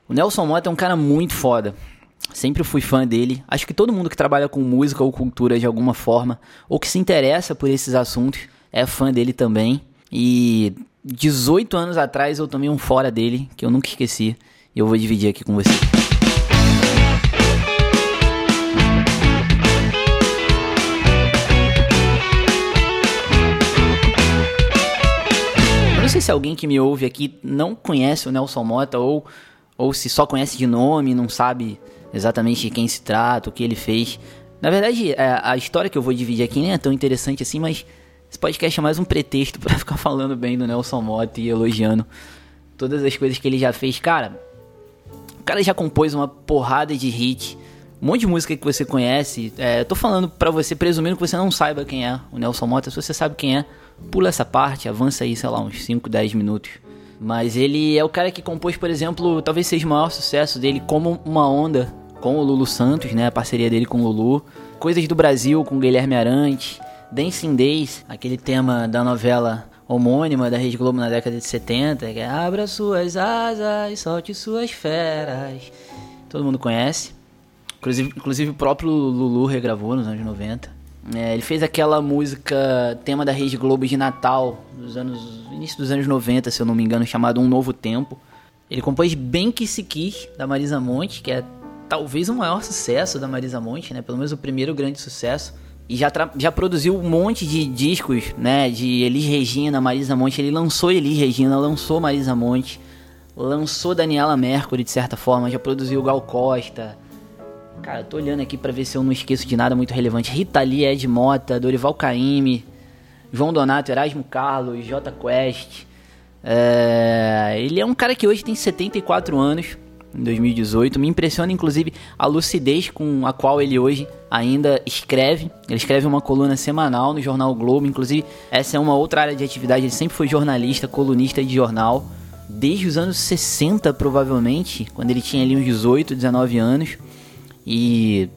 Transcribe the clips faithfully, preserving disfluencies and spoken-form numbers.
O Nelson Motta é um cara muito foda. Sempre fui fã dele. Acho que todo mundo que trabalha com música ou cultura de alguma forma, ou que se interessa por esses assuntos, é fã dele também. E dezoito anos atrás eu tomei um fora dele, que eu nunca esqueci. E eu vou dividir aqui com você. Eu não sei se alguém que me ouve aqui não conhece o Nelson Motta, ou, ou se só conhece de nome, não sabe exatamente de quem se trata, o que ele fez. Na verdade, a história que eu vou dividir aqui nem é tão interessante assim, mas esse podcast é mais um pretexto pra ficar falando bem do Nelson Motta e elogiando todas as coisas que ele já fez. Cara, o cara já compôs uma porrada de hit, um monte de música que você conhece. É, eu tô falando pra você, presumindo que você não saiba quem é o Nelson Motta. Se você sabe quem é, pula essa parte, avança aí, sei lá, uns cinco, dez minutos. Mas ele é o cara que compôs, por exemplo, talvez seja o maior sucesso dele, Como Uma Onda, com o Lulu Santos, né? A parceria dele com o Lulu. Coisas do Brasil, com Guilherme Arantes. Dancing Days, aquele tema da novela homônima da Rede Globo na década de setenta, que é Abra suas asas, solte suas feras. Todo mundo conhece. Inclusive, inclusive o próprio Lulu regravou nos anos noventa. É, ele fez aquela música, tema da Rede Globo de Natal, dos anos, início dos anos noventa, se eu não me engano, chamado Um Novo Tempo. Ele compôs Bem Que Se Quis, da Marisa Monte, que é talvez o maior sucesso da Marisa Monte, né? Pelo menos o primeiro grande sucesso. E já, tra- já produziu um monte de discos, né? De Elis Regina, Marisa Monte. Ele lançou Elis Regina, lançou Marisa Monte, lançou Daniela Mercury, de certa forma. Já produziu Gal Costa. Cara, eu tô olhando aqui pra ver se eu não esqueço de nada muito relevante. Rita Lee, Ed Mota, Dorival Caymmi, João Donato, Erasmo Carlos, Jota Quest. É... Ele é um cara que hoje tem setenta e quatro anos, em dois mil e dezoito. Me impressiona, inclusive, a lucidez com a qual ele hoje ainda escreve. Ele escreve uma coluna semanal no Jornal Globo. Inclusive, essa é uma outra área de atividade. Ele sempre foi jornalista, colunista de jornal, desde os anos sessenta, provavelmente, quando ele tinha ali uns dezoito, dezenove anos. E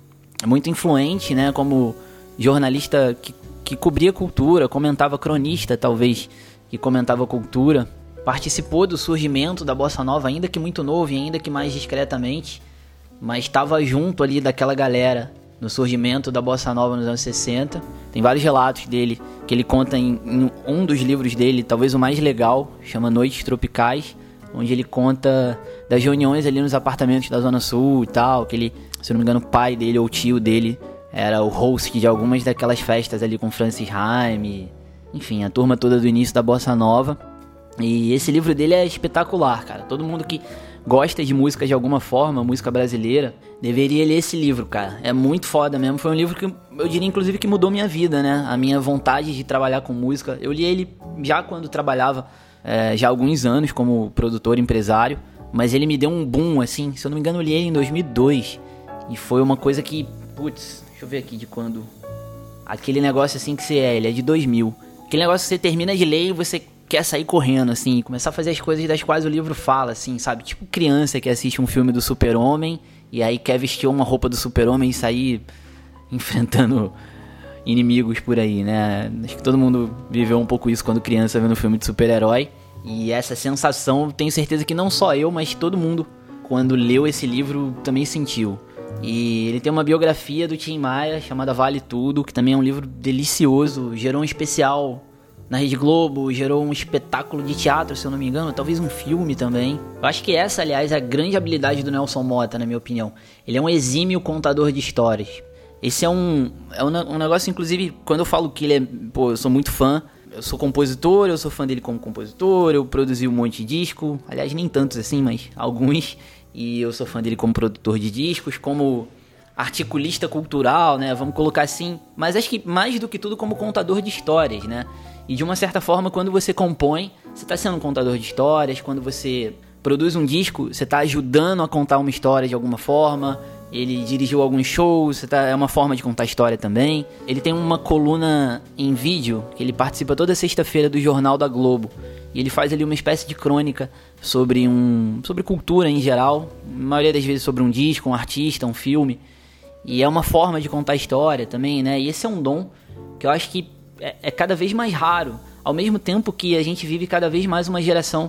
é muito influente, né, como jornalista que, que cobria cultura, comentava, cronista, talvez, que comentava cultura. Participou do surgimento da Bossa Nova, ainda que muito novo e ainda que mais discretamente, mas estava junto ali daquela galera no surgimento da Bossa Nova nos anos sessenta. Tem vários relatos dele, que ele conta em, em um dos livros dele, talvez o mais legal, chama Noites Tropicais, onde ele conta das reuniões ali nos apartamentos da Zona Sul e tal, que ele, se não me engano, o pai dele ou o tio dele era o host de algumas daquelas festas ali com Francis Haime, enfim, a turma toda do início da Bossa Nova. E esse livro dele é espetacular, cara. Todo mundo que gosta de música de alguma forma, música brasileira, deveria ler esse livro, cara. É muito foda mesmo. Foi um livro que eu diria, inclusive, que mudou minha vida, né? A minha vontade de trabalhar com música. Eu li ele já quando trabalhava, é, já há alguns anos como produtor, empresário. Mas ele me deu um boom, assim. Se eu não me engano, eu li ele em dois mil e dois. E foi uma coisa que, putz, deixa eu ver aqui de quando. Aquele negócio assim que você é, ele é de dois mil. Aquele negócio que você termina de ler e você quer sair correndo, assim, começar a fazer as coisas das quais o livro fala, assim, sabe? Tipo criança que assiste um filme do Super-Homem e aí quer vestir uma roupa do Super-Homem e sair enfrentando inimigos por aí, né? Acho que todo mundo viveu um pouco isso quando criança vendo um filme de super-herói. E essa sensação, tenho certeza que não só eu, mas todo mundo, quando leu esse livro, também sentiu. E ele tem uma biografia do Tim Maia chamada Vale Tudo, que também é um livro delicioso, gerou um especial na Rede Globo, gerou um espetáculo de teatro, se eu não me engano, talvez um filme também. Eu acho que essa, aliás, é a grande habilidade do Nelson Motta, na minha opinião. Ele é um exímio contador de histórias. Esse é um, é um, um negócio, inclusive, quando eu falo que ele é... Pô, eu sou muito fã, eu sou compositor, eu sou fã dele como compositor, eu produzi um monte de disco, aliás, nem tantos assim, mas alguns. E eu sou fã dele como produtor de discos, como articulista cultural, né, vamos colocar assim. Mas acho que mais do que tudo como contador de histórias, né. E de uma certa forma, quando você compõe, você está sendo um contador de histórias. Quando você produz um disco, você está ajudando a contar uma história de alguma forma. Ele dirigiu alguns shows, você tá, é uma forma de contar história também. Ele tem uma coluna em vídeo, que ele participa toda sexta-feira do Jornal da Globo. E ele faz ali uma espécie de crônica sobre, um, sobre cultura em geral. A maioria das vezes sobre um disco, um artista, um filme. E é uma forma de contar história também, né? E esse é um dom que eu acho que é, é cada vez mais raro. Ao mesmo tempo que a gente vive cada vez mais uma geração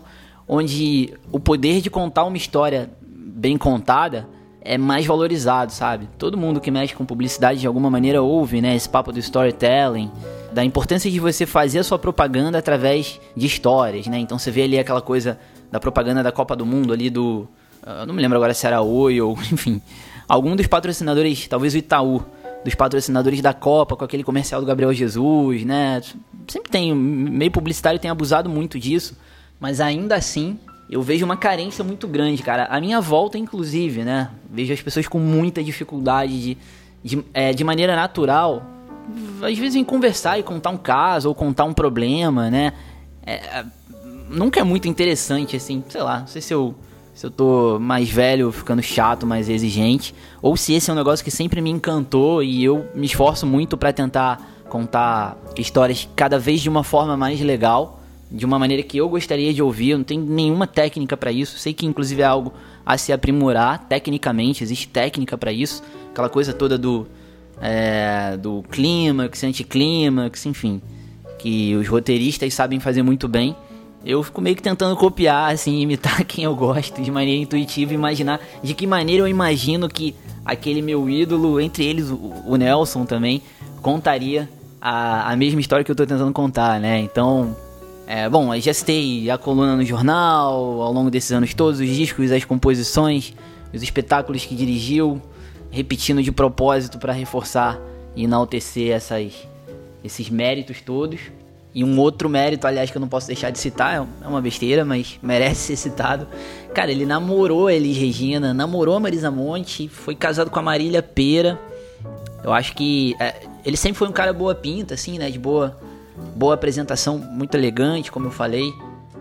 onde o poder de contar uma história bem contada é mais valorizado, sabe? Todo mundo que mexe com publicidade de alguma maneira ouve, né, esse papo do storytelling, da importância de você fazer a sua propaganda através de histórias, né? Então você vê ali aquela coisa da propaganda da Copa do Mundo ali do... Eu não me lembro agora se era Oi ou... Enfim, algum dos patrocinadores, talvez o Itaú, dos patrocinadores da Copa, com aquele comercial do Gabriel Jesus, né? Sempre tem, o meio publicitário tem abusado muito disso, mas ainda assim eu vejo uma carência muito grande, cara. A minha volta, inclusive, né? Vejo as pessoas com muita dificuldade de, de, é, de maneira natural, às vezes em conversar e contar um caso ou contar um problema, né? É, nunca é muito interessante, assim, sei lá, não sei se eu... se eu tô mais velho, ficando chato, mais exigente, ou se esse é um negócio que sempre me encantou e eu me esforço muito pra tentar contar histórias cada vez de uma forma mais legal, de uma maneira que eu gostaria de ouvir. Eu não tenho nenhuma técnica pra isso, sei que inclusive é algo a se aprimorar tecnicamente, existe técnica pra isso, aquela coisa toda do, é, do clímax, anticlímax, enfim, que os roteiristas sabem fazer muito bem. Eu fico meio que tentando copiar, assim, imitar quem eu gosto de maneira intuitiva, imaginar de que maneira eu imagino que aquele meu ídolo, entre eles o, o Nelson também, contaria a, a mesma história que eu tô tentando contar, né? Então, é, bom, eu já citei a coluna no jornal, ao longo desses anos todos, os discos, as composições, os espetáculos que dirigiu, repetindo de propósito para reforçar e enaltecer essas, esses méritos todos. E um outro mérito, aliás, que eu não posso deixar de citar, é uma besteira, mas merece ser citado. Cara, ele namorou a Elis Regina, namorou a Marisa Monte, foi casado com a Marília Pêra. Eu acho que é, ele sempre foi um cara boa pinta, assim, né? De boa, boa apresentação, muito elegante, como eu falei.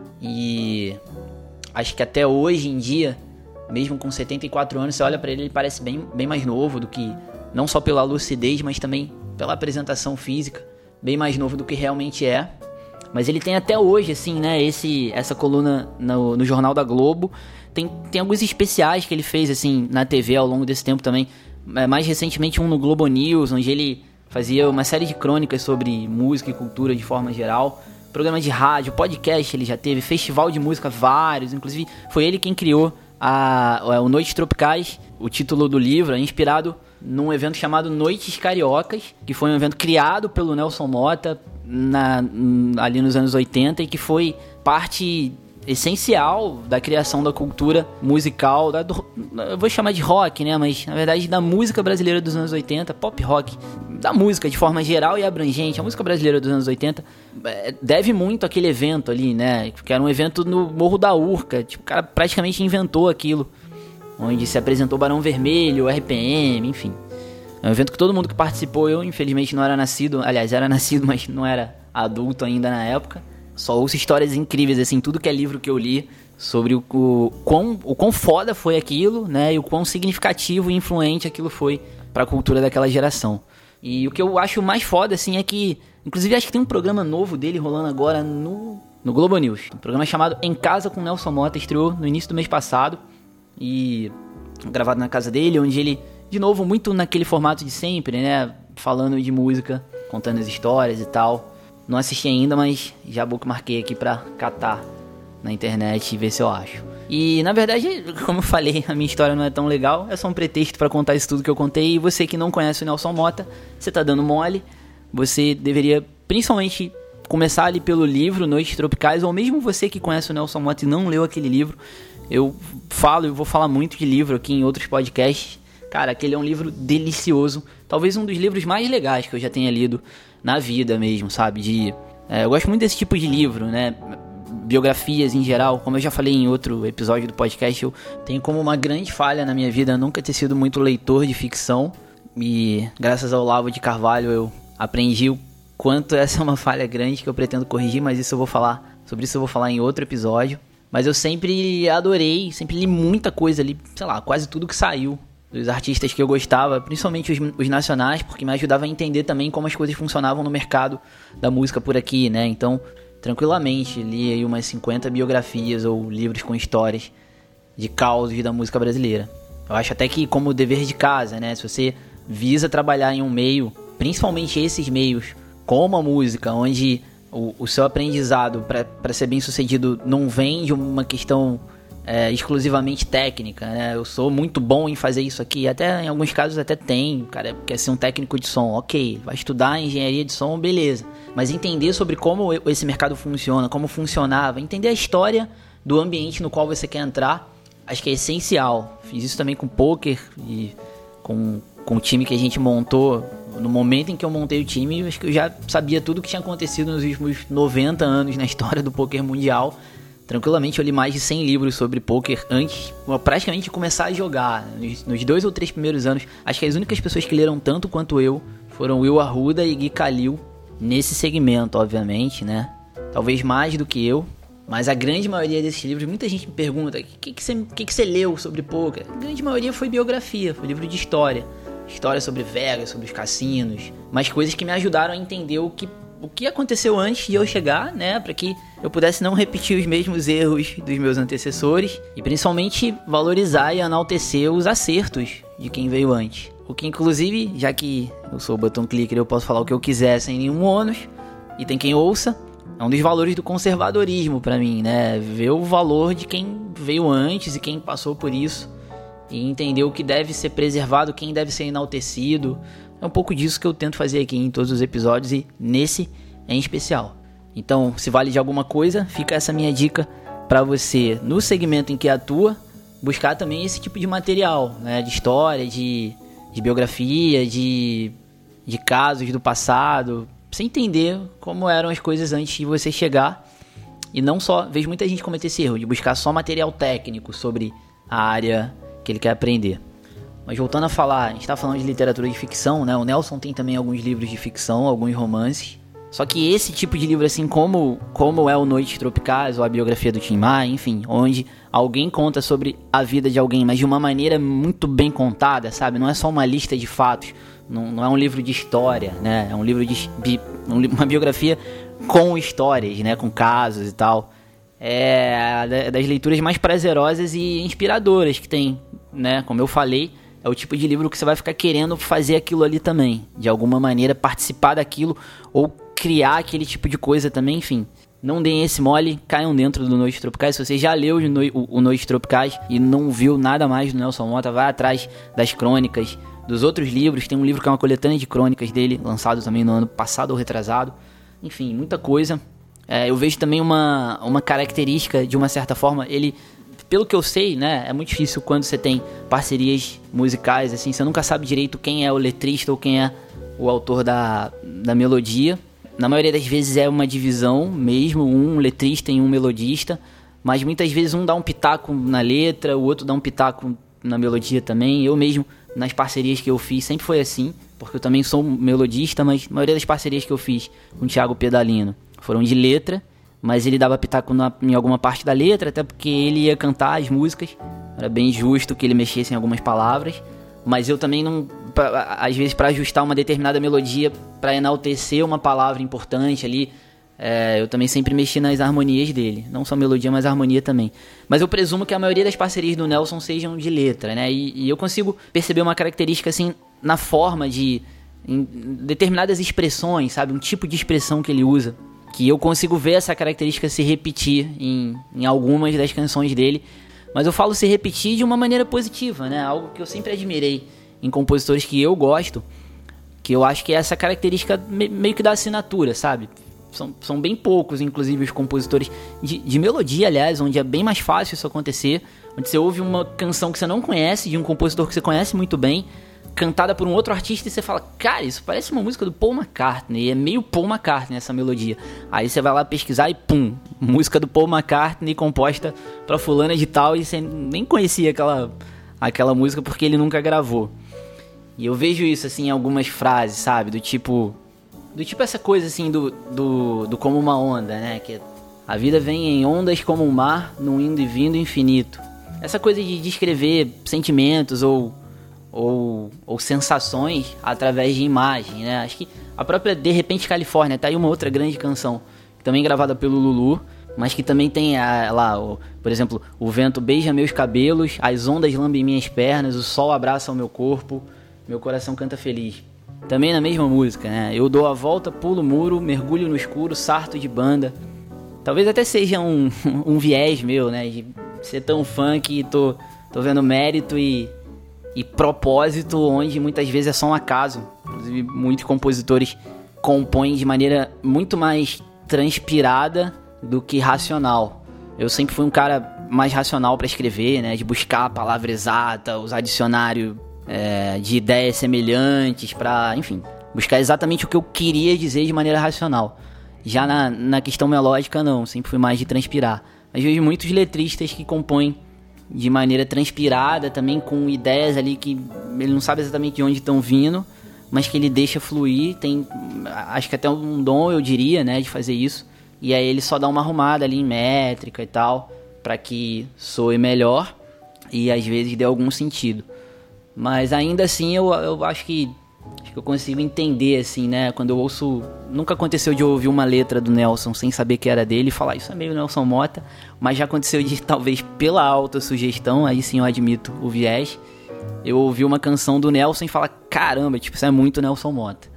E acho que até hoje em dia, mesmo com setenta e quatro anos, você olha pra ele, ele parece bem, bem mais novo do que... Não só pela lucidez, mas também pela apresentação física. Bem mais novo do que realmente é. Mas ele tem até hoje, assim, né, esse, essa coluna no, no Jornal da Globo. Tem, tem alguns especiais que ele fez, assim, na T V ao longo desse tempo também. Mais recentemente um no Globo News, onde ele fazia uma série de crônicas sobre música e cultura de forma geral. Programa de rádio, podcast ele já teve, festival de música, vários. Inclusive foi ele quem criou a, a, o Noites Tropicais. O título do livro é inspirado num evento chamado Noites Cariocas, que foi um evento criado pelo Nelson Motta na, ali nos anos oitenta e que foi parte essencial da criação da cultura musical, da, do, eu vou chamar de rock, né, mas na verdade da música brasileira dos anos oitenta, pop rock, da música de forma geral e abrangente. A música brasileira dos anos oitenta deve muito àquele evento ali, né, que era um evento no Morro da Urca, tipo, o cara praticamente inventou aquilo, onde se apresentou Barão Vermelho, R P M, enfim. É um evento que todo mundo que participou, eu infelizmente não era nascido, aliás, era nascido, mas não era adulto ainda na época. Só ouço histórias incríveis, assim, tudo que é livro que eu li sobre o, o, quão, o quão foda foi aquilo, né, e o quão significativo e influente aquilo foi pra cultura daquela geração. E o que eu acho mais foda, assim, é que, inclusive acho que tem um programa novo dele rolando agora no, no Globo News. Um programa chamado Em Casa com Nelson Motta, estreou no início do mês passado. E gravado na casa dele, onde ele, de novo, muito naquele formato de sempre, né? Falando de música, contando as histórias e tal. Não assisti ainda, mas já bookmarquei aqui pra catar na internet e ver se eu acho. E, na verdade, como eu falei, a minha história não é tão legal. É só um pretexto pra contar isso tudo que eu contei. E você que não conhece o Nelson Motta, você tá dando mole. Você deveria, principalmente, começar ali pelo livro Noites Tropicais. Ou mesmo você que conhece o Nelson Motta e não leu aquele livro. Eu falo e vou falar muito de livro aqui em outros podcasts. Cara, aquele é um livro delicioso. Talvez um dos livros mais legais que eu já tenha lido na vida mesmo, sabe? De, é, eu gosto muito desse tipo de livro, né? Biografias em geral. Como eu já falei em outro episódio do podcast, eu tenho como uma grande falha na minha vida nunca ter sido muito leitor de ficção. E graças ao Olavo de Carvalho eu aprendi o quanto essa é uma falha grande que eu pretendo corrigir. Mas isso eu vou falar, sobre isso eu vou falar em outro episódio. Mas eu sempre adorei, sempre li muita coisa ali, sei lá, quase tudo que saiu dos artistas que eu gostava, principalmente os, os nacionais, porque me ajudava a entender também como as coisas funcionavam no mercado da música por aqui, né? Então, tranquilamente, li aí umas cinquenta biografias ou livros com histórias de causos da música brasileira. Eu acho até que como dever de casa, né? Se você visa trabalhar em um meio, principalmente esses meios, como a música, onde o, o seu aprendizado para ser bem sucedido não vem de uma questão é, exclusivamente técnica, né? Eu sou muito bom em fazer isso aqui, até em alguns casos até tem, o cara quer ser um técnico de som, ok, vai estudar engenharia de som, beleza, mas entender sobre como esse mercado funciona, como funcionava, entender a história do ambiente no qual você quer entrar, acho que é essencial. Fiz isso também com poker e com, com o time que a gente montou. No momento em que eu montei o time, acho que eu já sabia tudo o que tinha acontecido nos últimos noventa anos na história do poker mundial. Tranquilamente eu li mais de cem livros sobre poker antes, praticamente de começar a jogar. Nos, nos dois ou três primeiros anos, acho que as únicas pessoas que leram tanto quanto eu foram Will Arruda e Gui Khalil, nesse segmento, obviamente, né? Talvez mais do que eu, mas a grande maioria desses livros, muita gente me pergunta, o que, que, você, que, que você leu sobre poker? A grande maioria foi biografia, foi livro de história. História sobre Vegas, sobre os cassinos, mas coisas que me ajudaram a entender o que, o que aconteceu antes de eu chegar, né, para que eu pudesse não repetir os mesmos erros dos meus antecessores e principalmente valorizar e enaltecer os acertos de quem veio antes. O que inclusive, já que eu sou o button clicker, eu posso falar o que eu quiser sem nenhum ônus e tem quem ouça, é um dos valores do conservadorismo para mim, né, ver o valor de quem veio antes e quem passou por isso. E entender o que deve ser preservado, quem deve ser enaltecido. É um pouco disso que eu tento fazer aqui em todos os episódios e nesse em especial. Então, se vale de alguma coisa, fica essa minha dica para você, no segmento em que atua, buscar também esse tipo de material, né? De história, de, de biografia, de, de casos do passado, pra você entender como eram as coisas antes de você chegar. E não só, vejo muita gente cometer esse erro de buscar só material técnico sobre a área que ele quer aprender. Mas voltando a falar, a gente está falando de literatura de ficção, né? O Nelson tem também alguns livros de ficção, alguns romances. Só que esse tipo de livro, assim como, como é o Noites Tropicais ou a biografia do Tim Maia, enfim, onde alguém conta sobre a vida de alguém, mas de uma maneira muito bem contada, sabe? Não é só uma lista de fatos, não, não é um livro de história, né? É um livro de bi, uma biografia com histórias, né? Com casos e tal. É das leituras mais prazerosas e inspiradoras que tem, né? Como eu falei, é o tipo de livro que você vai ficar querendo fazer aquilo ali também, de alguma maneira participar daquilo ou criar aquele tipo de coisa também, enfim. Não deem esse mole, caiam dentro do Noites Tropicais. Se você já leu o, o Noites Tropicais e não viu nada mais do Nelson Motta, vai atrás das crônicas, dos outros livros. Tem um livro que é uma coletânea de crônicas dele, lançado também no ano passado ou retrasado. Enfim, muita coisa. É, eu vejo também uma, uma característica, de uma certa forma, ele, pelo que eu sei, né, é muito difícil quando você tem parcerias musicais, assim, você nunca sabe direito quem é o letrista ou quem é o autor da, da melodia. Na maioria das vezes é uma divisão mesmo, um letrista e um melodista, mas muitas vezes um dá um pitaco na letra, o outro dá um pitaco na melodia também. Eu mesmo, nas parcerias que eu fiz, sempre foi assim, porque eu também sou um melodista, mas a maioria das parcerias que eu fiz com o Thiago Pedalino foram de letra, mas ele dava pitaco na, em alguma parte da letra, até porque ele ia cantar as músicas, era bem justo que ele mexesse em algumas palavras, mas eu também não, pra, às vezes para ajustar uma determinada melodia, para enaltecer uma palavra importante ali, é, eu também sempre mexi nas harmonias dele, não só melodia, mas harmonia também. Mas eu presumo que a maioria das parcerias do Nelson sejam de letra, né, e, e eu consigo perceber uma característica assim, na forma de, em determinadas expressões, sabe, um tipo de expressão que ele usa, que eu consigo ver essa característica se repetir em, em algumas das canções dele, mas eu falo se repetir de uma maneira positiva, né? Algo que eu sempre admirei em compositores que eu gosto, que eu acho que é essa característica me, meio que da assinatura, sabe? São, são bem poucos, inclusive, os compositores de, de melodia, aliás, onde é bem mais fácil isso acontecer, onde você ouve uma canção que você não conhece, de um compositor que você conhece muito bem, cantada por um outro artista, e você fala, cara, isso parece uma música do Paul McCartney, é meio Paul McCartney essa melodia. Aí você vai lá pesquisar e pum, música do Paul McCartney composta pra fulana de tal, e você nem conhecia aquela, aquela música porque ele nunca gravou. E eu vejo isso assim em algumas frases, sabe, do tipo, do tipo essa coisa assim do, do, do como uma onda, né, que a vida vem em ondas como um mar, num indo e vindo infinito. Essa coisa de descrever sentimentos ou Ou, ou sensações através de imagem, né? Acho que a própria De Repente Califórnia, tá aí uma outra grande canção, também gravada pelo Lulu, mas que também tem a, lá, o, por exemplo, o vento beija meus cabelos, as ondas lambem minhas pernas, o sol abraça o meu corpo, meu coração canta feliz. também na mesma música, né? Eu dou a volta, pulo o muro, mergulho no escuro, sarto de banda. Talvez até seja um, um viés meu, né? De ser tão fã que tô, tô vendo mérito e, e propósito, onde muitas vezes é só um acaso. Inclusive, muitos compositores compõem de maneira muito mais transpirada do que racional. Eu sempre fui um cara mais racional para escrever, né? De buscar a palavra exata, usar dicionário é, de ideias semelhantes para, enfim, buscar exatamente o que eu queria dizer de maneira racional. Já na, na questão melódica, não. Sempre fui mais de transpirar. Mas vejo muitos letristas que compõem de maneira transpirada, também com ideias ali que ele não sabe exatamente de onde estão vindo, mas que ele deixa fluir. Tem, acho que até um dom, eu diria, né, de fazer isso. E aí ele só dá uma arrumada ali em métrica e tal, para que soe melhor e às vezes dê algum sentido. Mas ainda assim eu, eu acho que acho que eu consigo entender, assim, né? Quando eu ouço... Nunca aconteceu de eu ouvir uma letra do Nelson sem saber que era dele e falar, isso é meio Nelson Motta. Mas já aconteceu de, talvez, pela autossugestão, aí sim eu admito o viés, eu ouvi uma canção do Nelson e falar, caramba, tipo, isso é muito Nelson Motta.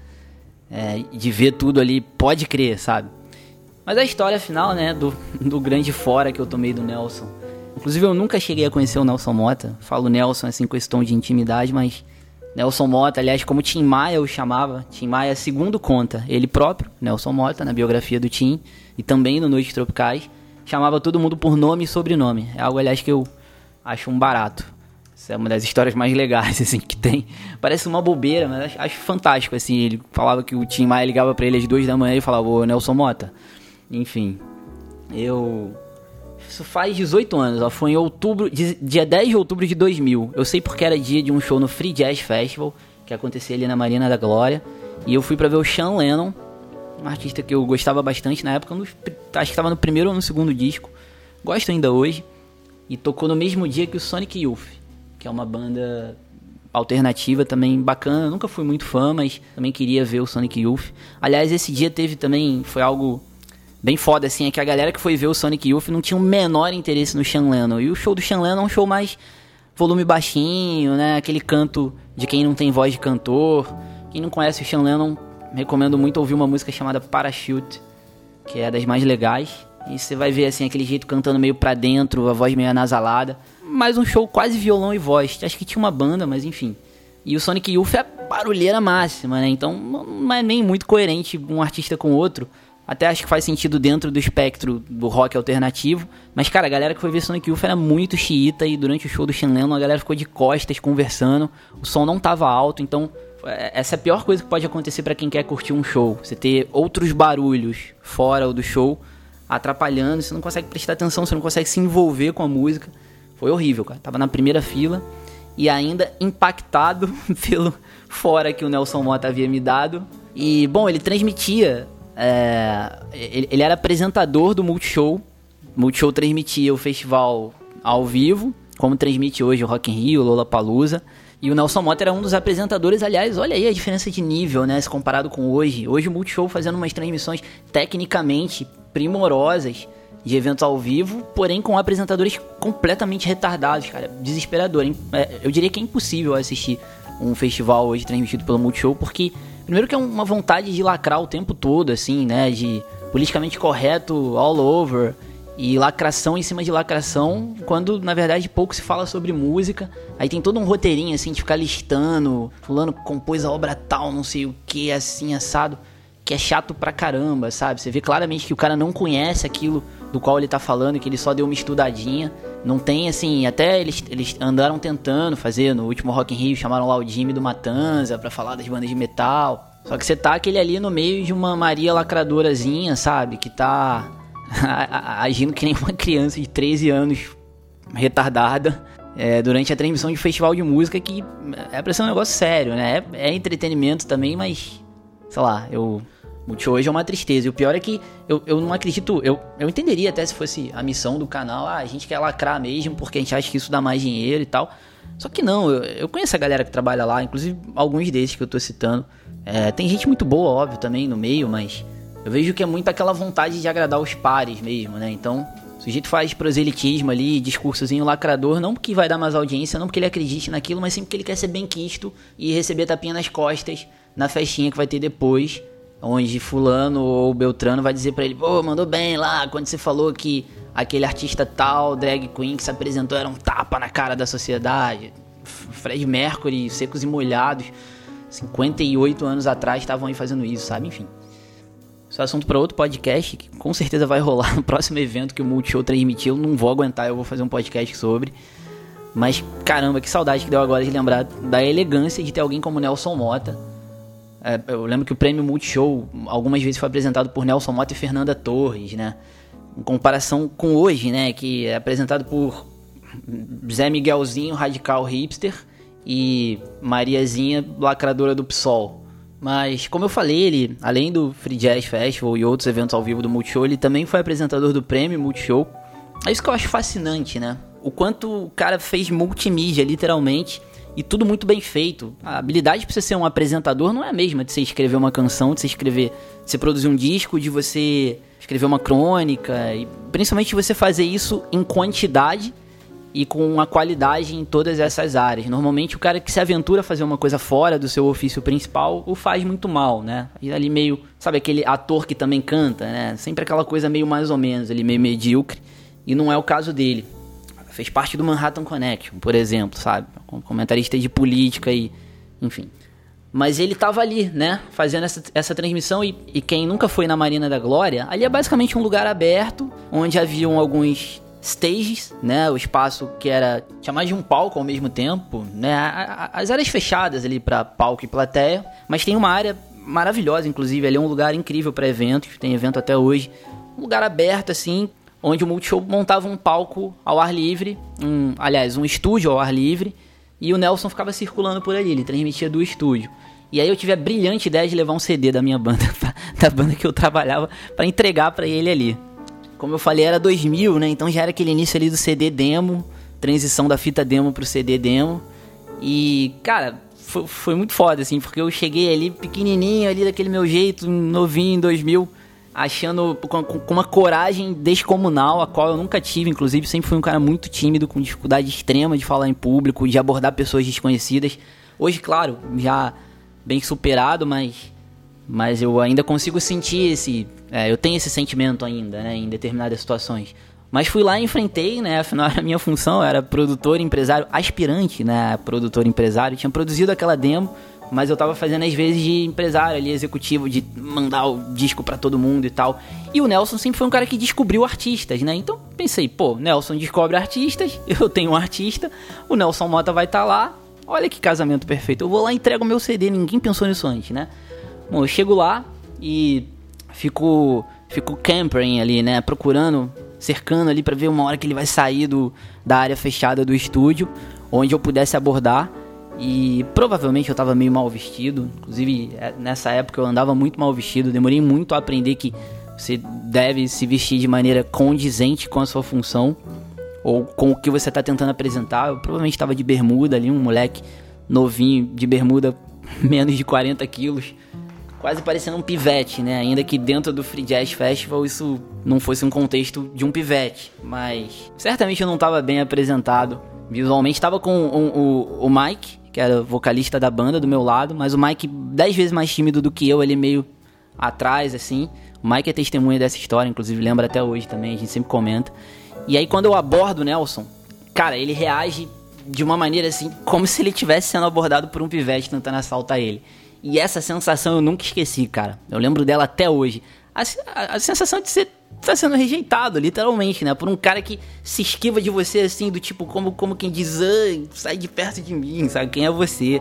É, de ver tudo ali, pode crer, sabe? Mas a história final, né, do, do grande fora que eu tomei do Nelson. Inclusive eu nunca cheguei a conhecer o Nelson Motta. Falo Nelson, assim, com esse tom de intimidade, mas... Nelson Motta, aliás, como Tim Maia o chamava, Tim Maia, segundo conta, ele próprio, Nelson Motta, na biografia do Tim, e também no Noites Tropicais, chamava todo mundo por nome e sobrenome. É algo, aliás, que eu acho um barato. Isso é uma das histórias mais legais, assim, que tem. Parece uma bobeira, mas acho, acho fantástico, assim. Ele falava que o Tim Maia ligava pra ele às duas da manhã e falava, ô, Nelson Motta. Enfim, eu... Isso faz dezoito anos, ó, foi em outubro, dia dez de outubro de dois mil. Eu sei porque era dia de um show no Free Jazz Festival, que acontecia ali na Marina da Glória. E eu fui pra ver o Sean Lennon, um artista que eu gostava bastante na época, nos, acho que tava no primeiro ou no segundo disco. Gosto ainda hoje. E tocou no mesmo dia que o Sonic Youth, que é uma banda alternativa também bacana. Eu nunca fui muito fã, mas também queria ver o Sonic Youth. Aliás, esse dia teve também, foi algo... bem foda, assim, é que a galera que foi ver o Sonic Youth não tinha o menor interesse no Sean Lennon. E o show do Sean Lennon é um show mais volume baixinho, né? Aquele canto de quem não tem voz de cantor. Quem não conhece o Sean Lennon, recomendo muito ouvir uma música chamada Parachute, que é das mais legais. E você vai ver, assim, aquele jeito cantando meio pra dentro, a voz meio anasalada. Mas um show quase violão e voz. Acho que tinha uma banda, mas enfim. E o Sonic Youth é barulheira máxima, né? Então não é nem muito coerente um artista com o outro. Até acho que faz sentido dentro do espectro do rock alternativo. Mas, cara, a galera que foi ver Sonic Youth era muito xiita. E durante o show do Sean Lennon a galera ficou de costas conversando. O som não tava alto, então... essa é a pior coisa que pode acontecer pra quem quer curtir um show. Você ter outros barulhos fora o do show atrapalhando. Você não consegue prestar atenção, você não consegue se envolver com a música. Foi horrível, cara. Tava na primeira fila e ainda impactado pelo fora que o Nelson Motta havia me dado. E, bom, ele transmitia... É, ele, ele era apresentador do Multishow. Multishow transmitia o festival ao vivo, como transmite hoje o Rock in Rio, o Lollapalooza. E o Nelson Motta era um dos apresentadores. Aliás, olha aí a diferença de nível, né, se comparado com hoje. Hoje o Multishow fazendo umas transmissões tecnicamente primorosas de eventos ao vivo, porém com apresentadores completamente retardados, cara, desesperador, hein? É, eu diria que é impossível assistir um festival hoje transmitido pelo Multishow, porque primeiro que é uma vontade de lacrar o tempo todo, assim, né, de politicamente correto all over, e lacração em cima de lacração, quando na verdade pouco se fala sobre música. Aí tem todo um roteirinho, assim, de ficar listando, fulano compôs a obra tal, não sei o que, assim, assado, que é chato pra caramba, sabe? Você vê claramente que o cara não conhece aquilo do qual ele tá falando, que ele só deu uma estudadinha. Não tem, assim, até eles, eles andaram tentando fazer no último Rock in Rio, chamaram lá o Jimmy do Matanza pra falar das bandas de metal. Só que você tá aquele ali no meio de uma Maria lacradorazinha, sabe? Que tá agindo que nem uma criança de treze anos retardada é, durante a transmissão de festival de música, que é pra ser um negócio sério, né? É, é entretenimento também, mas, sei lá, eu... Multishow hoje é uma tristeza. E o pior é que eu, eu não acredito... Eu, eu entenderia até se fosse a missão do canal. Ah, a gente quer lacrar mesmo porque a gente acha que isso dá mais dinheiro e tal. Só que não, eu, eu conheço a galera que trabalha lá, inclusive alguns desses que eu tô citando. É, tem gente muito boa, óbvio, também no meio, mas eu vejo que é muito aquela vontade de agradar os pares mesmo, né? Então, o sujeito faz proselitismo ali, discursozinho lacrador, não porque vai dar mais audiência, não porque ele acredite naquilo, mas sim porque ele quer ser bem quisto e receber tapinha nas costas na festinha que vai ter depois, onde fulano ou Beltrano vai dizer pra ele, pô, mandou bem lá, quando você falou que aquele artista tal, drag queen que se apresentou era um tapa na cara da sociedade. Fred Mercury, Secos e Molhados, cinquenta e oito anos atrás estavam aí fazendo isso, sabe? Enfim, isso é assunto para outro podcast, que com certeza vai rolar no próximo evento que o Multishow transmitiu. Não vou aguentar, eu vou fazer um podcast sobre. Mas caramba, que saudade que deu agora de lembrar da elegância de ter alguém como Nelson Motta. É, eu lembro que o prêmio Multishow algumas vezes foi apresentado por Nelson Motta e Fernanda Torres, né? Em comparação com hoje, né? Que é apresentado por Zé Miguelzinho, radical hipster, e Mariazinha, lacradora do P SOL. Mas, como eu falei, ele, além do Free Jazz Festival e outros eventos ao vivo do Multishow, ele também foi apresentador do prêmio Multishow. É isso que eu acho fascinante, né? O quanto o cara fez multimídia, literalmente, e tudo muito bem feito. A habilidade pra você ser um apresentador não é a mesma de você escrever uma canção, de você escrever, de você produzir um disco, de você escrever uma crônica, e principalmente de você fazer isso em quantidade e com uma qualidade em todas essas áreas. Normalmente o cara que se aventura a fazer uma coisa fora do seu ofício principal o faz muito mal, né? E ali meio, sabe aquele ator que também canta, né? Sempre aquela coisa meio mais ou menos, ali meio medíocre, e não é o caso dele. Fez parte do Manhattan Connection, por exemplo, sabe? Como comentarista de política e... enfim. Mas ele tava ali, né? Fazendo essa, essa transmissão e, e quem nunca foi na Marina da Glória, ali é basicamente um lugar aberto, onde haviam alguns stages, né? O espaço que era... tinha mais de um palco ao mesmo tempo, né? As áreas fechadas ali para palco e plateia, mas tem uma área maravilhosa, inclusive. Ali é um lugar incrível para eventos, tem evento até hoje. Um lugar aberto, assim... onde o Multishow montava um palco ao ar livre, um, aliás, um estúdio ao ar livre, e o Nelson ficava circulando por ali, ele transmitia do estúdio. E aí eu tive a brilhante ideia de levar um C D da minha banda, da banda que eu trabalhava, para entregar para ele ali. Como eu falei, era dois mil, né? Então já era aquele início ali do C D demo, transição da fita demo pro C D demo. E, cara, foi, foi muito foda, assim, porque eu cheguei ali pequenininho, ali daquele meu jeito, novinho, em dois mil... achando com, com uma coragem descomunal, a qual eu nunca tive, inclusive sempre fui um cara muito tímido, com dificuldade extrema de falar em público, de abordar pessoas desconhecidas. Hoje, claro, já bem superado, mas, mas eu ainda consigo sentir esse... É, eu tenho esse sentimento ainda, né, em determinadas situações. Mas fui lá e enfrentei, né, afinal a minha função, eu era produtor, empresário, aspirante, né, produtor, empresário, tinha produzido aquela demo, mas eu tava fazendo às vezes de empresário ali, executivo, de mandar o disco pra todo mundo e tal. E o Nelson sempre foi um cara que descobriu artistas, né? Então pensei, pô, Nelson descobre artistas, eu tenho um artista, o Nelson Motta vai estar tá lá, olha que casamento perfeito. Eu vou lá e entrego o meu C D, ninguém pensou nisso antes, né? Bom, eu chego lá e fico, fico campering ali, né? Procurando, cercando ali pra ver uma hora que ele vai sair do, da área fechada do estúdio, onde eu pudesse abordar. E provavelmente eu tava meio mal vestido. Inclusive nessa época eu andava muito mal vestido. Demorei muito a aprender que você deve se vestir de maneira condizente com a sua função, ou com o que você tá tentando apresentar. Eu provavelmente tava de bermuda ali, um moleque novinho de bermuda, menos de quarenta quilos, quase parecendo um pivete, né? Ainda que dentro do Free Jazz Festival isso não fosse um contexto de um pivete, mas certamente eu não tava bem apresentado. Visualmente tava com o, o, o Mike, que era vocalista da banda, do meu lado, mas o Mike dez vezes mais tímido do que eu, ele meio atrás, assim. O Mike é testemunha dessa história, inclusive lembra até hoje também, a gente sempre comenta. E aí quando eu abordo o Nelson, cara, ele reage de uma maneira assim, como se ele estivesse sendo abordado por um pivete tentando assaltar ele. E essa sensação eu nunca esqueci, cara. Eu lembro dela até hoje. A, a, a sensação de ser... tá sendo rejeitado, literalmente, né? Por um cara que se esquiva de você, assim, do tipo, como, como quem diz, ah, sai de perto de mim, sabe? Quem é você?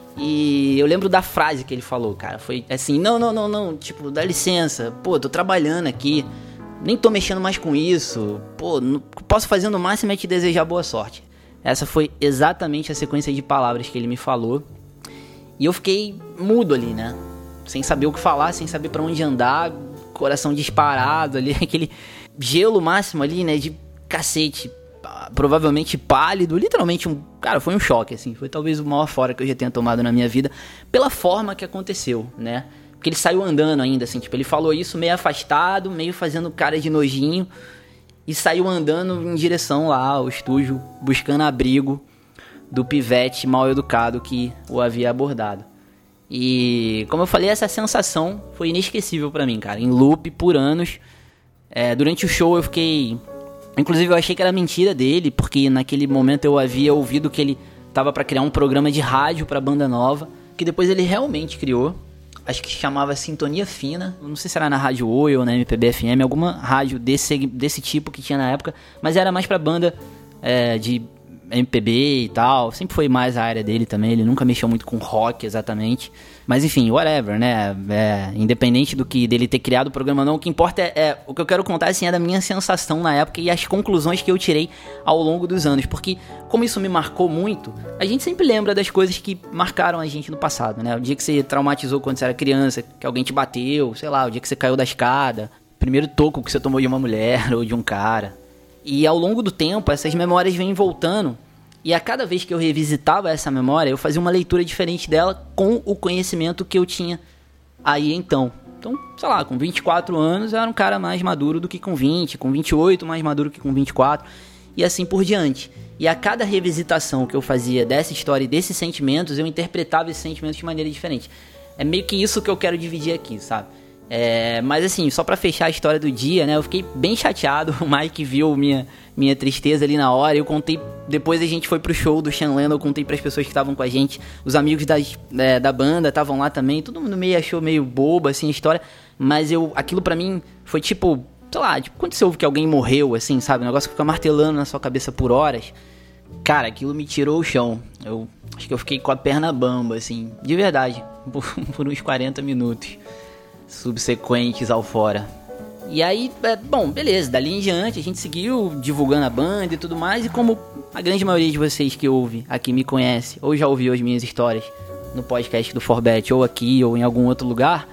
E eu lembro da frase que ele falou, cara. Foi assim, não, não, não, não, tipo, dá licença, pô, tô trabalhando aqui, nem tô mexendo mais com isso, pô, não, posso fazer no máximo é te desejar boa sorte. Essa foi exatamente a sequência de palavras que ele me falou. E eu fiquei mudo ali, né? Sem saber o que falar, sem saber pra onde andar, coração disparado ali, aquele gelo máximo ali, né, de cacete, provavelmente pálido, literalmente um, cara, foi um choque, assim, foi talvez o maior fora que eu já tenha tomado na minha vida, pela forma que aconteceu, né, porque ele saiu andando ainda, assim, tipo, ele falou isso meio afastado, meio fazendo cara de nojinho, e saiu andando em direção lá ao estúdio, buscando abrigo do pivete mal educado que o havia abordado. E, como eu falei, essa sensação foi inesquecível pra mim, cara. Em loop, por anos. É, durante o show eu fiquei... Inclusive eu achei que era mentira dele, porque naquele momento eu havia ouvido que ele tava pra criar um programa de rádio pra banda nova, que depois ele realmente criou. Acho que se chamava Sintonia Fina. Não sei se era na Rádio Oi ou na M P B F M, alguma rádio desse, desse tipo que tinha na época. Mas era mais pra banda é, de M P B e tal. Sempre foi mais a área dele também. Ele nunca mexeu muito com rock exatamente. Mas enfim, whatever, né? É, independente do que dele ter criado o programa não, o que importa é, é... O que eu quero contar assim, é da minha sensação na época e as conclusões que eu tirei ao longo dos anos. Porque como isso me marcou muito, a gente sempre lembra das coisas que marcaram a gente no passado, né? O dia que você traumatizou quando você era criança, que alguém te bateu, sei lá, o dia que você caiu da escada, o primeiro toco que você tomou de uma mulher ou de um cara. E ao longo do tempo, essas memórias vêm voltando. E a cada vez que eu revisitava essa memória, eu fazia uma leitura diferente dela com o conhecimento que eu tinha aí então. Então, sei lá, com vinte e quatro anos eu era um cara mais maduro do que com vinte, com vinte e oito mais maduro que com vinte e quatro, e assim por diante. E a cada revisitação que eu fazia dessa história e desses sentimentos, eu interpretava esses sentimentos de maneira diferente. É meio que isso que eu quero dividir aqui, sabe? É, mas assim, só pra fechar a história do dia, né? Eu fiquei bem chateado. O Mike viu minha, minha tristeza ali na hora. Eu contei, depois a gente foi pro show do Sean Lennon. Eu contei pras pessoas que estavam com a gente. Os amigos das, é, da banda estavam lá também. Todo mundo meio achou meio boba assim a história. Mas eu, aquilo pra mim foi tipo, sei lá, tipo, quando você ouve que alguém morreu, assim, sabe? O negócio que fica martelando na sua cabeça por horas. Cara, aquilo me tirou o chão. Eu acho que eu fiquei com a perna bamba, assim, de verdade, por, por uns quarenta minutos subsequentes ao fora. E aí, é, bom, beleza, dali em diante a gente seguiu divulgando a banda e tudo mais. E como a grande maioria de vocês que ouve aqui me conhece, ou já ouviu as minhas histórias no podcast do Forbet, ou aqui, ou em algum outro lugar,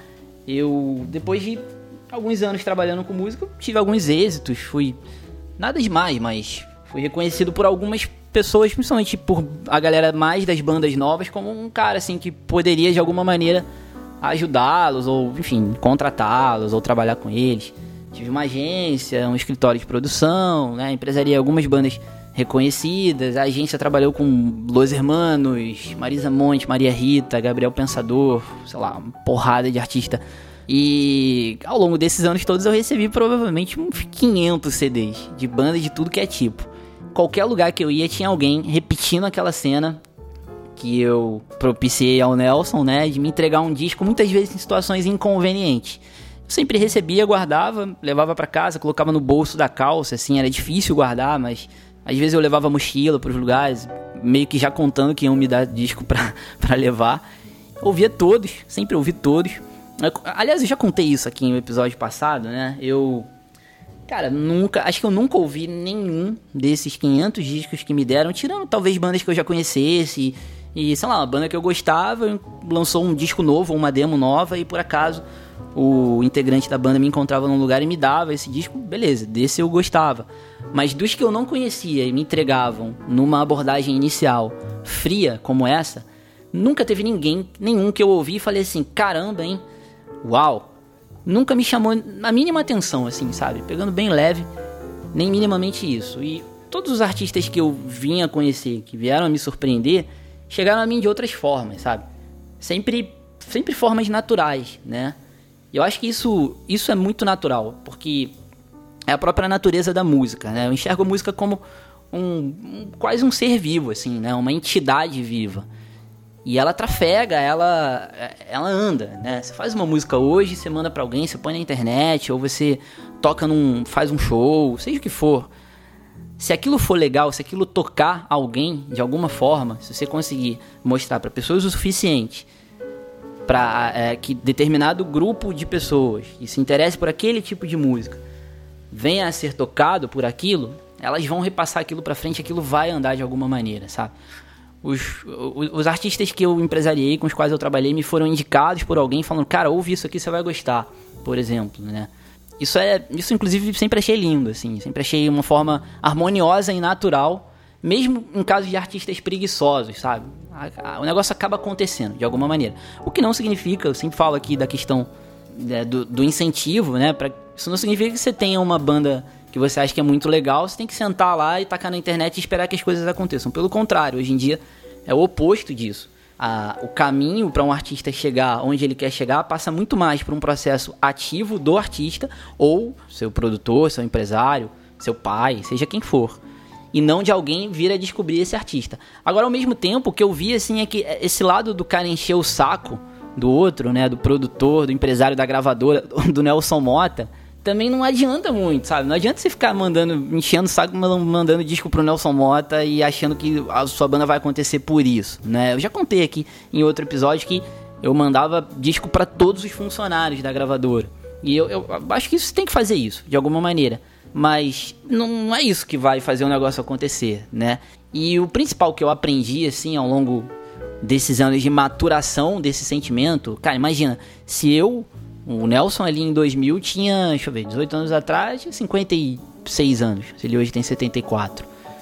eu, depois de alguns anos trabalhando com música, tive alguns êxitos. Fui, nada demais, mas fui reconhecido por algumas pessoas, principalmente por a galera mais das bandas novas, como um cara assim que poderia de alguma maneira ajudá-los, ou enfim, contratá-los, ou trabalhar com eles. Tive uma agência, um escritório de produção, né? Empresaria algumas bandas reconhecidas. A agência trabalhou com Los Hermanos, Marisa Monte, Maria Rita, Gabriel Pensador, sei lá, uma porrada de artista. E ao longo desses anos todos eu recebi provavelmente uns quinhentos C Ds de bandas de tudo que é tipo. Qualquer lugar que eu ia tinha alguém repetindo aquela cena que eu propiciei ao Nelson, né, de me entregar um disco, muitas vezes em situações inconvenientes. Eu sempre recebia, guardava, levava pra casa, colocava no bolso da calça, assim, era difícil guardar, mas às vezes eu levava a mochila pros lugares, meio que já contando que iam me dar disco pra, pra levar. Ouvia todos, sempre ouvi todos. Aliás, eu já contei isso aqui no episódio passado, né, eu... Cara, nunca, acho que eu nunca ouvi nenhum desses quinhentos discos que me deram, tirando talvez bandas que eu já conhecesse. E, sei lá, uma banda que eu gostava lançou um disco novo, uma demo nova, e por acaso o integrante da banda me encontrava num lugar e me dava esse disco, beleza, desse eu gostava. Mas dos que eu não conhecia e me entregavam numa abordagem inicial fria como essa, nunca teve ninguém, nenhum que eu ouvi e falei assim, caramba, hein, uau. Nunca me chamou a mínima atenção, assim, sabe? Pegando bem leve, nem minimamente isso. E todos os artistas que eu vinha conhecer, que vieram a me surpreender, chegaram a mim de outras formas, sabe? Sempre, sempre formas naturais, né? E eu acho que isso, isso é muito natural, porque é a própria natureza da música, né? Eu enxergo a música como um, um, quase um ser vivo, assim, né? Uma entidade viva. E ela trafega, ela, ela anda, né? Você faz uma música hoje, você manda pra alguém, você põe na internet, ou você toca num, faz um show, seja o que for. Se aquilo for legal, se aquilo tocar alguém de alguma forma, se você conseguir mostrar para pessoas o suficiente para é, que determinado grupo de pessoas que se interesse por aquele tipo de música venha a ser tocado por aquilo, elas vão repassar aquilo para frente, aquilo vai andar de alguma maneira, sabe? Os, os, os artistas que eu empresariei, com os quais eu trabalhei, me foram indicados por alguém falando, cara, ouve isso aqui, você vai gostar, por exemplo, né? Isso, é, isso inclusive, sempre achei lindo, assim, sempre achei uma forma harmoniosa e natural, mesmo em casos de artistas preguiçosos, sabe? A, a, o negócio acaba acontecendo, de alguma maneira. O que não significa, eu sempre falo aqui da questão é, do, do incentivo, né? Pra, isso não significa que você tenha uma banda que você acha que é muito legal, você tem que sentar lá e tacar na internet e esperar que as coisas aconteçam. Pelo contrário, hoje em dia é o oposto disso. a, o caminho para um artista chegar onde ele quer chegar passa muito mais por um processo ativo do artista, ou seu produtor, seu empresário, seu pai, seja quem for, e não de alguém vir a descobrir esse artista. Agora, ao mesmo tempo, o que eu vi assim é que esse lado do cara encher o saco do outro, né, do produtor, do empresário, da gravadora, do Nelson Motta, também não adianta muito, sabe? Não adianta você ficar mandando, enchendo o saco, mandando disco pro Nelson Motta e achando que a sua banda vai acontecer por isso, né? Eu já contei aqui em outro episódio que eu mandava disco para todos os funcionários da gravadora. E eu, eu acho que isso tem que fazer isso, de alguma maneira. Mas não é isso que vai fazer o negócio acontecer, né? E o principal que eu aprendi, assim, ao longo desses anos de maturação desse sentimento... Cara, imagina, se eu... O Nelson ali em dois mil tinha, deixa eu ver, dezoito anos atrás, tinha cinquenta e seis anos. Se ele hoje tem setenta e quatro.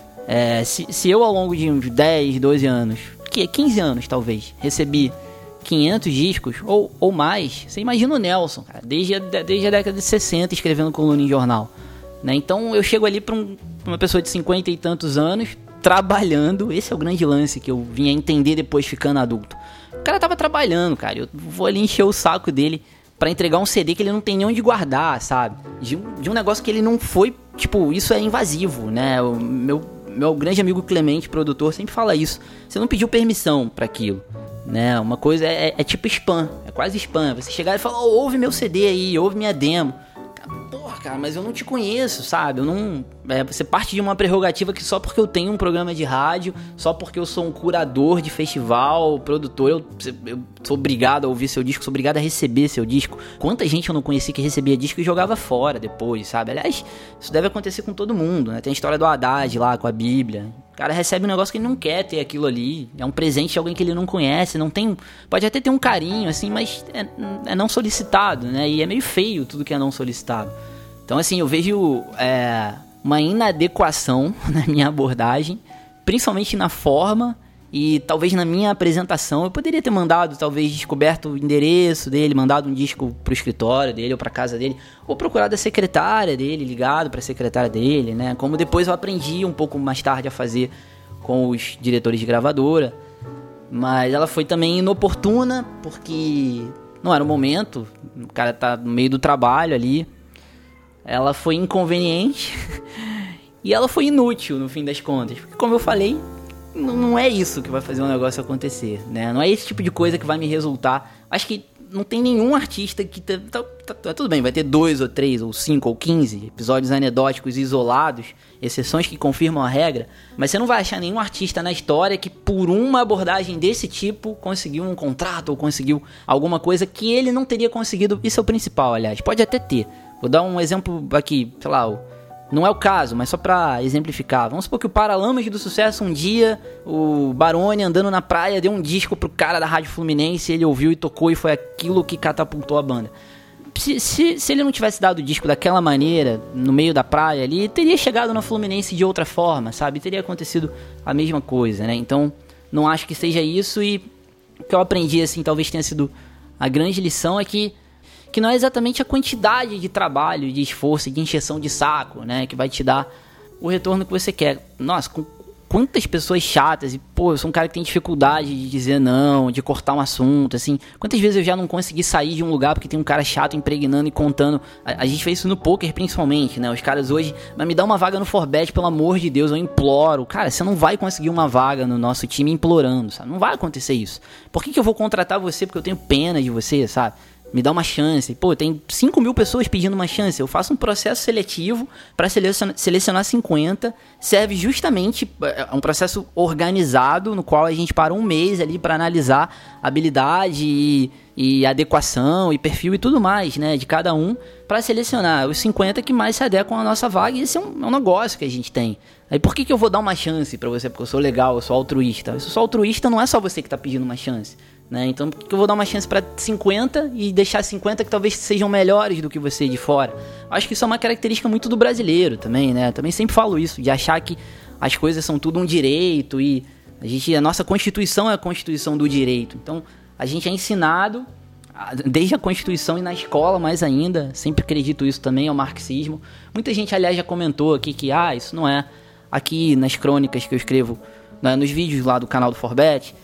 É, se, se eu ao longo de uns dez, doze anos, que quinze anos talvez, recebi quinhentos discos ou, ou mais, você imagina o Nelson, cara, desde a, desde a década de sessenta escrevendo coluna em jornal. Né? Então eu chego ali para um, uma pessoa de cinquenta e tantos anos, trabalhando. Esse é o grande lance que eu vim a entender depois ficando adulto. O cara tava trabalhando, cara. Eu vou ali encher o saco dele pra entregar um C D que ele não tem nem onde guardar, sabe? De um, de um negócio que ele não foi... Tipo, isso é invasivo, né? O meu, meu grande amigo Clemente, produtor, sempre fala isso. Você não pediu permissão pra aquilo, né? Uma coisa é, é, é tipo spam, é quase spam. Você chegar e falar, oh, ouve meu C D aí, ouve minha demo. Porra, cara, mas eu não te conheço, sabe? Eu não... É, você parte de uma prerrogativa que só porque eu tenho um programa de rádio, só porque eu sou um curador de festival, produtor, eu, eu sou obrigado a ouvir seu disco, sou obrigado a receber seu disco. Quanta gente eu não conheci que recebia disco e jogava fora depois, sabe? Aliás, isso deve acontecer com todo mundo, né? Tem a história do Haddad lá com a Bíblia. O cara recebe um negócio que ele não quer ter aquilo ali. É um presente de alguém que ele não conhece, não tem... Pode até ter um carinho, assim, mas é, é não solicitado, né? E é meio feio tudo que é não solicitado. Então, assim, eu vejo é, uma inadequação na minha abordagem, principalmente na forma e talvez na minha apresentação. Eu poderia ter mandado, talvez, descoberto o endereço dele, mandado um disco pro escritório dele ou pra casa dele, ou procurado a secretária dele, ligado pra secretária dele, né? Como depois eu aprendi um pouco mais tarde a fazer com os diretores de gravadora. Mas ela foi também inoportuna, porque não era o momento, o cara tá no meio do trabalho ali. Ela foi inconveniente e ela foi inútil no fim das contas. Porque, como eu falei, não é isso que vai fazer um negócio acontecer, né? Não é esse tipo de coisa que vai me resultar. Acho que não tem nenhum artista que... Tá, tá, tá, tudo bem, vai ter dois ou três ou cinco ou quinze episódios anedóticos isolados, exceções que confirmam a regra, mas você não vai achar nenhum artista na história que por uma abordagem desse tipo conseguiu um contrato ou conseguiu alguma coisa que ele não teria conseguido. Isso é o principal, aliás. Pode até ter. Vou dar um exemplo aqui, sei lá, não é o caso, mas só pra exemplificar. Vamos supor que o Paralamas do Sucesso, um dia, o Barone andando na praia, deu um disco pro cara da Rádio Fluminense, ele ouviu e tocou e foi aquilo que catapultou a banda. Se, se, se ele não tivesse dado o disco daquela maneira, no meio da praia ali, teria chegado na Fluminense de outra forma, sabe? Teria acontecido a mesma coisa, né? Então, não acho que seja isso. E o que eu aprendi, assim, talvez tenha sido a grande lição, é que que não é exatamente a quantidade de trabalho, de esforço, de encheção de saco, né, que vai te dar o retorno que você quer. Nossa, com quantas pessoas chatas, e pô, eu sou um cara que tem dificuldade de dizer não, de cortar um assunto, assim, quantas vezes eu já não consegui sair de um lugar porque tem um cara chato impregnando e contando. A, a gente fez isso no poker principalmente, né, os caras hoje, mas me dá uma vaga no Forbet, pelo amor de Deus, eu imploro. Cara, você não vai conseguir uma vaga no nosso time implorando, sabe, não vai acontecer isso. Por que que eu vou contratar você porque eu tenho pena de você, sabe? Me dá uma chance. Pô, tem cinco mil pessoas pedindo uma chance. Eu faço um processo seletivo para selecionar, selecionar cinquenta. Serve justamente... É um processo organizado no qual a gente para um mês ali para analisar habilidade e, e adequação e perfil e tudo mais, né, de cada um, para selecionar os cinquenta que mais se adequam à nossa vaga. E esse é um, é um negócio que a gente tem. Aí por que que eu vou dar uma chance para você? Porque eu sou legal, eu sou altruísta. Se eu sou altruísta, não é só você que tá pedindo uma chance, né? Então por que eu vou dar uma chance para cinquenta e deixar cinquenta que talvez sejam melhores do que você de fora? Acho que isso é uma característica muito do brasileiro também, né? Também sempre falo isso, de achar que as coisas são tudo um direito e a gente, a nossa Constituição é a Constituição do direito. Então a gente é ensinado desde a Constituição e na escola mais ainda, sempre acredito isso também, é o marxismo. Muita gente, aliás, já comentou aqui que ah, isso não é aqui nas crônicas que eu escrevo, né, nos vídeos lá do canal do Forbet,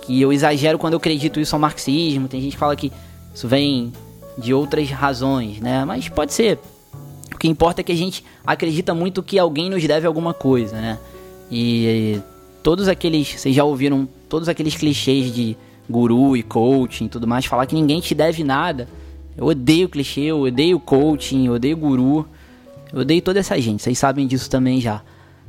que eu exagero quando eu acredito isso ao marxismo. Tem gente que fala que isso vem de outras razões, né? Mas pode ser. O que importa é que a gente acredita muito que alguém nos deve alguma coisa, né? E, e todos aqueles, vocês já ouviram todos aqueles clichês de guru e coaching e tudo mais, falar que ninguém te deve nada. Eu odeio clichê, eu odeio coaching, eu odeio guru, eu odeio toda essa gente, vocês sabem disso também já.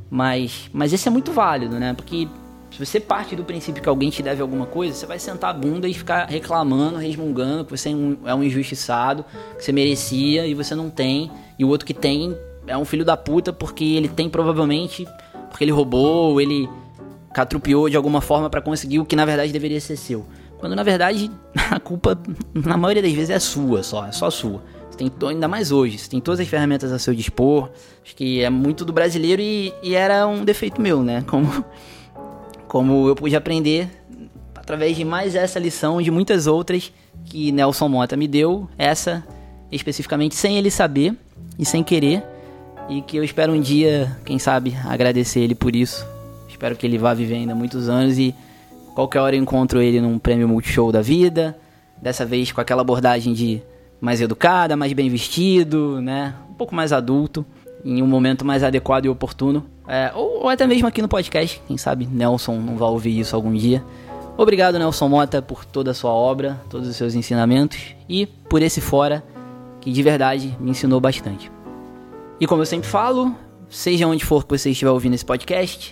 Mas, mas esse é muito válido, né? Porque se você parte do princípio que alguém te deve alguma coisa, você vai sentar a bunda e ficar reclamando, resmungando que você é um injustiçado, que você merecia e você não tem, e o outro que tem é um filho da puta porque ele tem provavelmente, porque ele roubou, ou ele catrupiou de alguma forma para conseguir o que na verdade deveria ser seu. Quando na verdade a culpa na maioria das vezes é sua só, é só sua. Você tem, ainda mais hoje, você tem todas as ferramentas a seu dispor. Acho que é muito do brasileiro e, e era um defeito meu, né? Como, como eu pude aprender através de mais essa lição, de muitas outras que Nelson Motta me deu, essa especificamente sem ele saber e sem querer, e que eu espero um dia, quem sabe, agradecer ele por isso. Espero que ele vá viver ainda muitos anos e qualquer hora eu encontro ele num prêmio Multishow da vida, dessa vez com aquela abordagem de mais educada, mais bem vestido, né? Um pouco mais adulto, em um momento mais adequado e oportuno. É, ou, ou até mesmo aqui no podcast, quem sabe Nelson não vai ouvir isso algum dia. Obrigado, Nelson Motta, por toda a sua obra, todos os seus ensinamentos e por esse fora que de verdade me ensinou bastante. E como eu sempre falo, seja onde for que você estiver ouvindo esse podcast,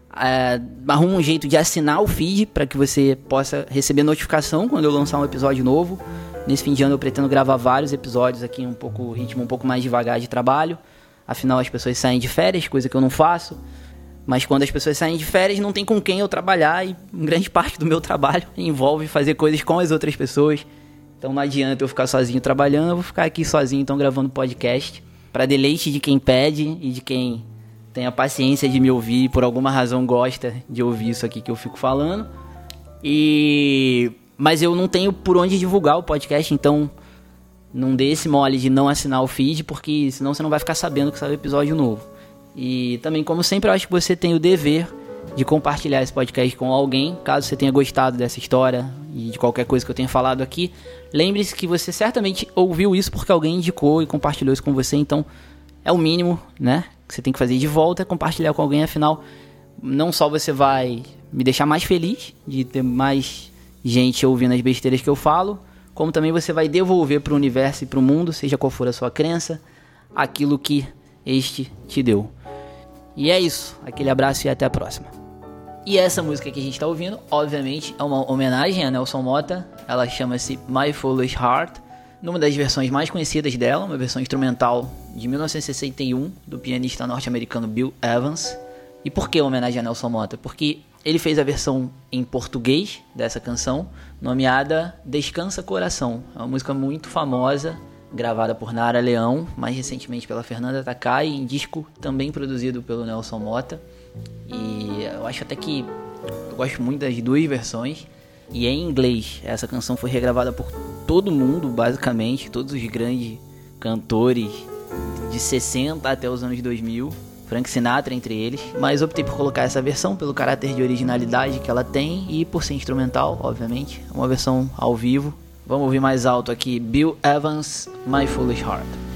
É, arruma um jeito de assinar o feed para que você possa receber notificação quando eu lançar um episódio novo. Nesse fim de ano eu pretendo gravar vários episódios aqui, um pouco ritmo um pouco mais devagar de trabalho. Afinal as pessoas saem de férias, coisa que eu não faço. Mas quando as pessoas saem de férias não tem com quem eu trabalhar, e grande parte do meu trabalho envolve fazer coisas com as outras pessoas. Então não adianta eu ficar sozinho trabalhando, eu vou ficar aqui sozinho então gravando podcast para deleite de quem pede e de quem tem a paciência de me ouvir e por alguma razão gosta de ouvir isso aqui que eu fico falando. E... Mas eu não tenho por onde divulgar o podcast, então não dê esse mole de não assinar o feed, porque senão você não vai ficar sabendo que saiu episódio novo. E também, como sempre, eu acho que você tem o dever de compartilhar esse podcast com alguém, caso você tenha gostado dessa história e de qualquer coisa que eu tenha falado aqui. Lembre-se que você certamente ouviu isso porque alguém indicou e compartilhou isso com você, então é o mínimo, né, que você tem que fazer de volta, é compartilhar com alguém. Afinal, não só você vai me deixar mais feliz de ter mais gente ouvindo as besteiras que eu falo, como também você vai devolver para o universo e para o mundo, seja qual for a sua crença, aquilo que este te deu. E é isso, aquele abraço e até a próxima. E essa música que a gente está ouvindo, obviamente, é uma homenagem a Nelson Motta. Ela chama-se My Foolish Heart, numa das versões mais conhecidas dela, uma versão instrumental de mil novecentos e sessenta e um, do pianista norte-americano Bill Evans. E por que homenagem a Nelson Motta? Porque ele fez a versão em português dessa canção, nomeada Descansa Coração. É uma música muito famosa, gravada por Nara Leão, mais recentemente pela Fernanda Takai, em disco também produzido pelo Nelson Motta. E eu acho até que eu gosto muito das duas versões. E é em inglês. Essa canção foi regravada por todo mundo, basicamente, todos os grandes cantores de sessenta até os anos dois mil, Frank Sinatra entre eles, mas optei por colocar essa versão pelo caráter de originalidade que ela tem e por ser instrumental, obviamente, uma versão ao vivo. Vamos ouvir mais alto aqui, Bill Evans, My Foolish Heart.